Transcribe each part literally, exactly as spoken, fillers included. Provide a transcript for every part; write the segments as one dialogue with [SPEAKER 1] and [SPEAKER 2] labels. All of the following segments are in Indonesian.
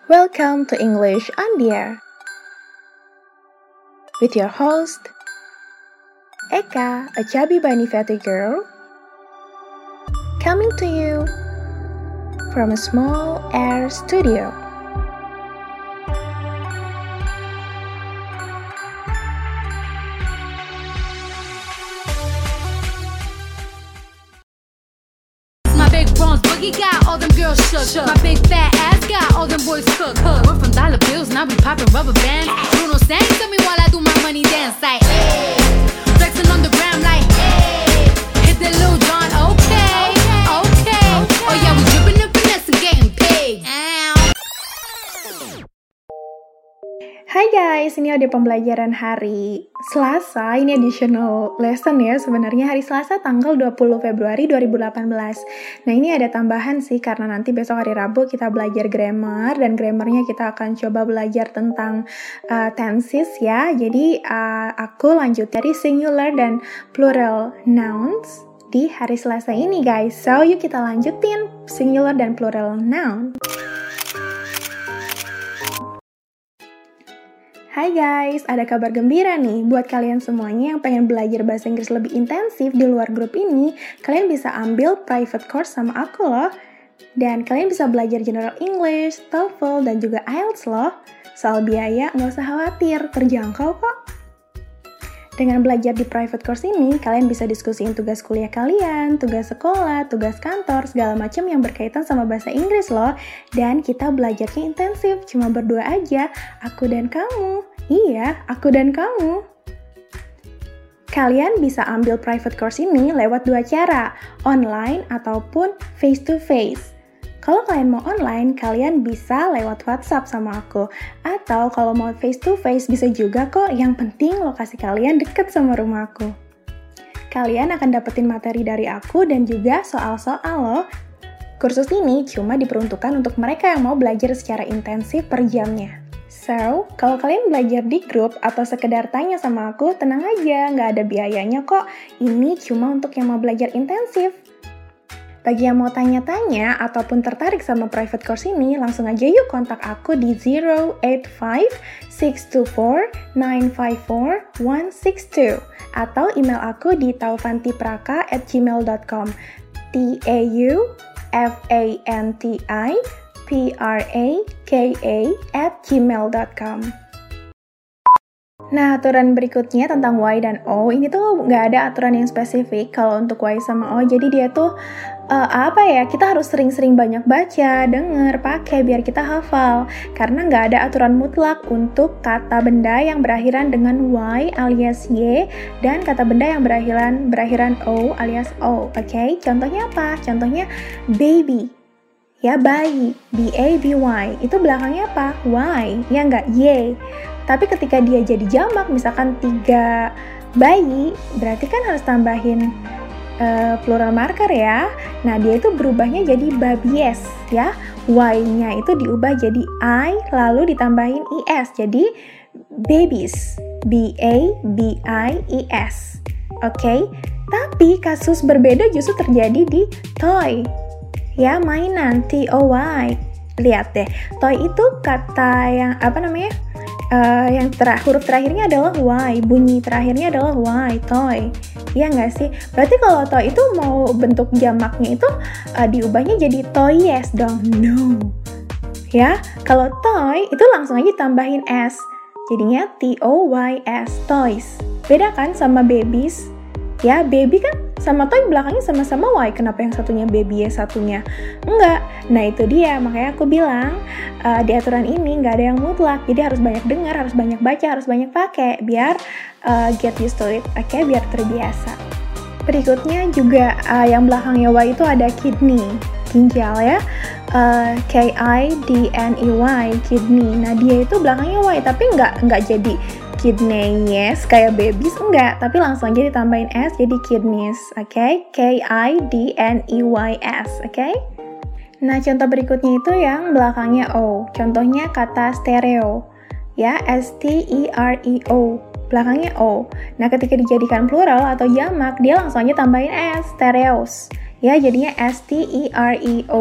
[SPEAKER 1] Welcome to English on the Air with your host, Eka, a chubby bunny fatty girl, coming to you from a small air studio.
[SPEAKER 2] Boogie got all them girls shook. shook. My big fat ass got all them boys cook. cook. We're from dollar bills, now we poppin' rubber bands. Bruno sang to me while I do my money dance like, hey. Flexing on the gram like, hey. Hit that Lil Jon, okay, okay, okay. Oh yeah, we drippin' and finesse and getting paid. Ow.
[SPEAKER 1] Hai guys, ini ada pembelajaran hari Selasa, ini additional lesson ya, sebenarnya hari Selasa tanggal dua puluh Februari dua ribu delapan belas. Nah ini ada tambahan sih, karena nanti besok hari Rabu kita belajar grammar, dan grammarnya kita akan coba belajar tentang uh, tenses ya. Jadi uh, aku lanjut dari singular dan plural nouns di hari Selasa ini guys. So yuk kita lanjutin singular dan plural noun. Hai guys, ada kabar gembira nih buat kalian semuanya yang pengen belajar bahasa Inggris lebih intensif di luar grup ini. Kalian bisa ambil private course sama aku loh. Dan kalian bisa belajar General English, TOEFL, dan juga I E L T S loh. Soal biaya nggak usah khawatir, terjangkau kok. Dengan belajar di private course ini, kalian bisa diskusiin tugas kuliah kalian, tugas sekolah, tugas kantor, segala macam yang berkaitan sama bahasa Inggris loh. Dan kita belajarnya intensif, cuma berdua aja, aku dan kamu. Iya, aku dan kamu. Kalian bisa ambil private course ini lewat dua cara, online ataupun face to face. Kalau kalian mau online, kalian bisa lewat WhatsApp sama aku. Atau kalau mau face to face bisa juga kok, yang penting lokasi kalian deket sama rumahku. Kalian akan dapetin materi dari aku dan juga soal-soal loh. Kursus ini cuma diperuntukkan untuk mereka yang mau belajar secara intensif per jamnya. So, kalau kalian belajar di grup atau sekedar tanya sama aku, tenang aja, nggak ada biayanya kok. Ini cuma untuk yang mau belajar intensif. Bagi yang mau tanya-tanya ataupun tertarik sama private course ini, langsung aja yuk kontak aku di zero eight five six two four nine five four one six two atau email aku di taufantipraka at gmail dot com T A U F A N T I P R A K A at gmail dot com. Nah, aturan berikutnya tentang Y dan O, ini tuh nggak ada aturan yang spesifik kalau untuk Y sama O, jadi dia tuh uh, apa ya, kita harus sering-sering banyak baca, denger, pakai biar kita hafal, karena nggak ada aturan mutlak untuk kata benda yang berakhiran dengan Y alias Y, dan kata benda yang berakhiran, berakhiran O alias O, oke? Okay? Contohnya apa? Contohnya baby, ya bayi, B A B Y, itu belakangnya apa? Y, ya nggak? Y. Tapi ketika dia jadi jamak, misalkan tiga bayi, berarti kan harus tambahin uh, plural marker ya. Nah, dia itu berubahnya jadi babies ya. Y-nya itu diubah jadi I, lalu ditambahin I S. Jadi babies, B A B I E S. Oke, okay? Tapi kasus berbeda justru terjadi di toy. Ya, mainan, T O Y. Lihat deh, toy itu kata yang apa namanya? Uh, yang ter- huruf terakhirnya adalah Y, bunyi terakhirnya adalah Y, toy. Iya nggak sih? Berarti kalau toy itu mau bentuk jamaknya itu uh, diubahnya jadi toyes dong. No. Ya, kalau toy itu langsung aja tambahin S. Jadinya T O Y S, toys. Beda kan sama babies? Ya, baby kan sama toy belakangnya sama-sama Y. Kenapa yang satunya baby, yang satunya enggak? Nah, itu dia. Makanya aku bilang, uh, di aturan ini nggak ada yang mutlak. Jadi harus banyak dengar, harus banyak baca, harus banyak pakai. Biar uh, get used to it. Oke, okay? Biar terbiasa. Berikutnya juga uh, yang belakangnya Y itu ada kidney. Ginjal ya. Uh, K I D N E Y, kidney. Nah, dia itu belakangnya Y. Tapi nggak, nggak jadi kidneys kayak babies, enggak, tapi langsung aja ditambahin S jadi kidneys, oke? Okay? K I D N E Y S, oke? Okay? Nah, contoh berikutnya itu yang belakangnya O. Contohnya kata stereo, ya, S T E R E O, belakangnya O. Nah, ketika dijadikan plural atau jamak, dia langsung aja tambahin S, stereos. Ya, jadinya S T E R E O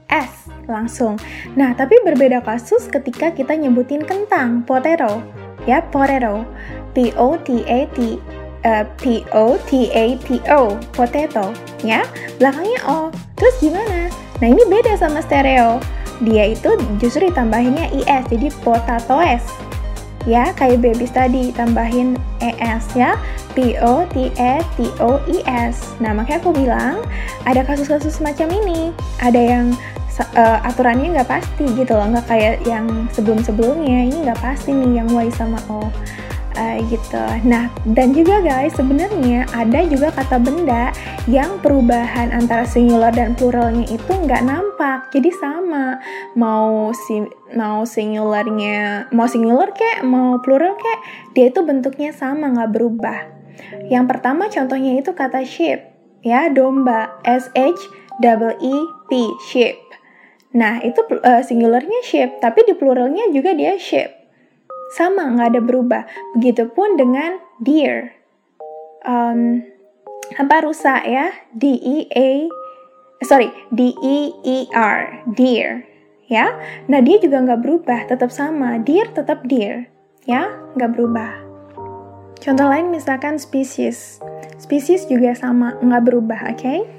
[SPEAKER 1] S langsung. Nah, tapi berbeda kasus ketika kita nyebutin kentang, potato, ya, potato, P O T A T, uh, P O T A T O, potato, ya, belakangnya O. Terus gimana? Nah, ini beda sama stereo. Dia itu justru ditambahinnya I S, jadi potatoes. Ya, kayak babies tadi, tambahin E S ya, P O T A T O E S. Nah, makanya aku bilang, ada kasus-kasus semacam ini. Ada yang uh, aturannya nggak pasti gitu loh, nggak kayak yang sebelum-sebelumnya. Ini nggak pasti nih yang Y sama O. Uh, gitu. Nah, dan juga guys, sebenarnya ada juga kata benda yang perubahan antara singular dan pluralnya itu nggak nampak. Jadi sama, mau si mau singularnya, mau singular kek, mau plural kek, dia itu bentuknya sama, nggak berubah. Yang pertama contohnya itu kata sheep, ya, domba, S H E E P, sheep. Nah, itu uh, singularnya sheep, tapi di pluralnya juga dia sheep. Sama, nggak ada berubah. Begitupun dengan deer. Um, apa rusa ya? D E A, sorry, D E E R, deer. Ya, nah dia juga nggak berubah, tetap sama. Deer tetap deer, ya, nggak berubah. Contoh lain misalkan species. Species juga sama, nggak berubah, oke? Okay?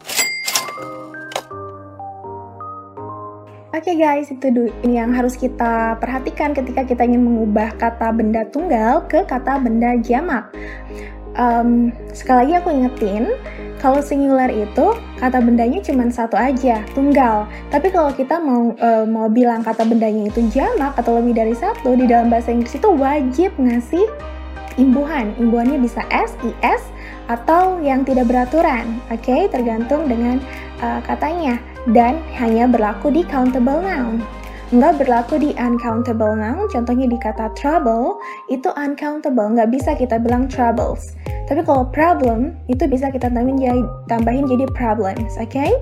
[SPEAKER 1] Oke okay guys, itu ini yang harus kita perhatikan ketika kita ingin mengubah kata benda tunggal ke kata benda jamak. Um, sekali lagi aku ingetin, kalau singular itu kata bendanya cuma satu aja, tunggal. Tapi kalau kita mau uh, mau bilang kata bendanya itu jamak atau lebih dari satu, di dalam bahasa Inggris itu wajib ngasih imbuhan. Imbuhannya bisa S, I S, atau yang tidak beraturan. Oke, okay? Tergantung dengan uh, katanya. Dan hanya berlaku di countable noun. Nggak berlaku di uncountable noun, contohnya di kata trouble, itu uncountable, nggak bisa kita bilang troubles. Tapi kalau problem, itu bisa kita tambahin jadi, tambahin jadi problems, oke? Okay?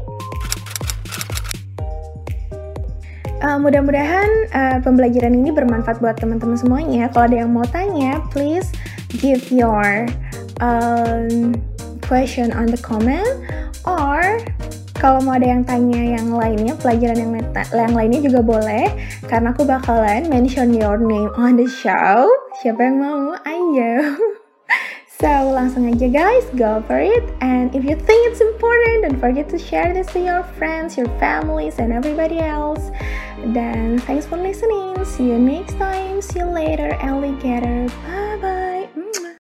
[SPEAKER 1] Uh, mudah-mudahan uh, pembelajaran ini bermanfaat buat teman-teman semuanya. Kalau ada yang mau tanya, please give your um, question on the comment, or kalau mau ada yang tanya yang lainnya, pelajaran yang, yang lainnya juga boleh, karena aku bakalan mention your name on the show. Siapa yang mau? Ayo. So, langsung aja guys, go for it. And if you think it's important, don't forget to share this to your friends, your families, and everybody else. Then, thanks for listening. See you next time. See you later, alligator. Bye-bye.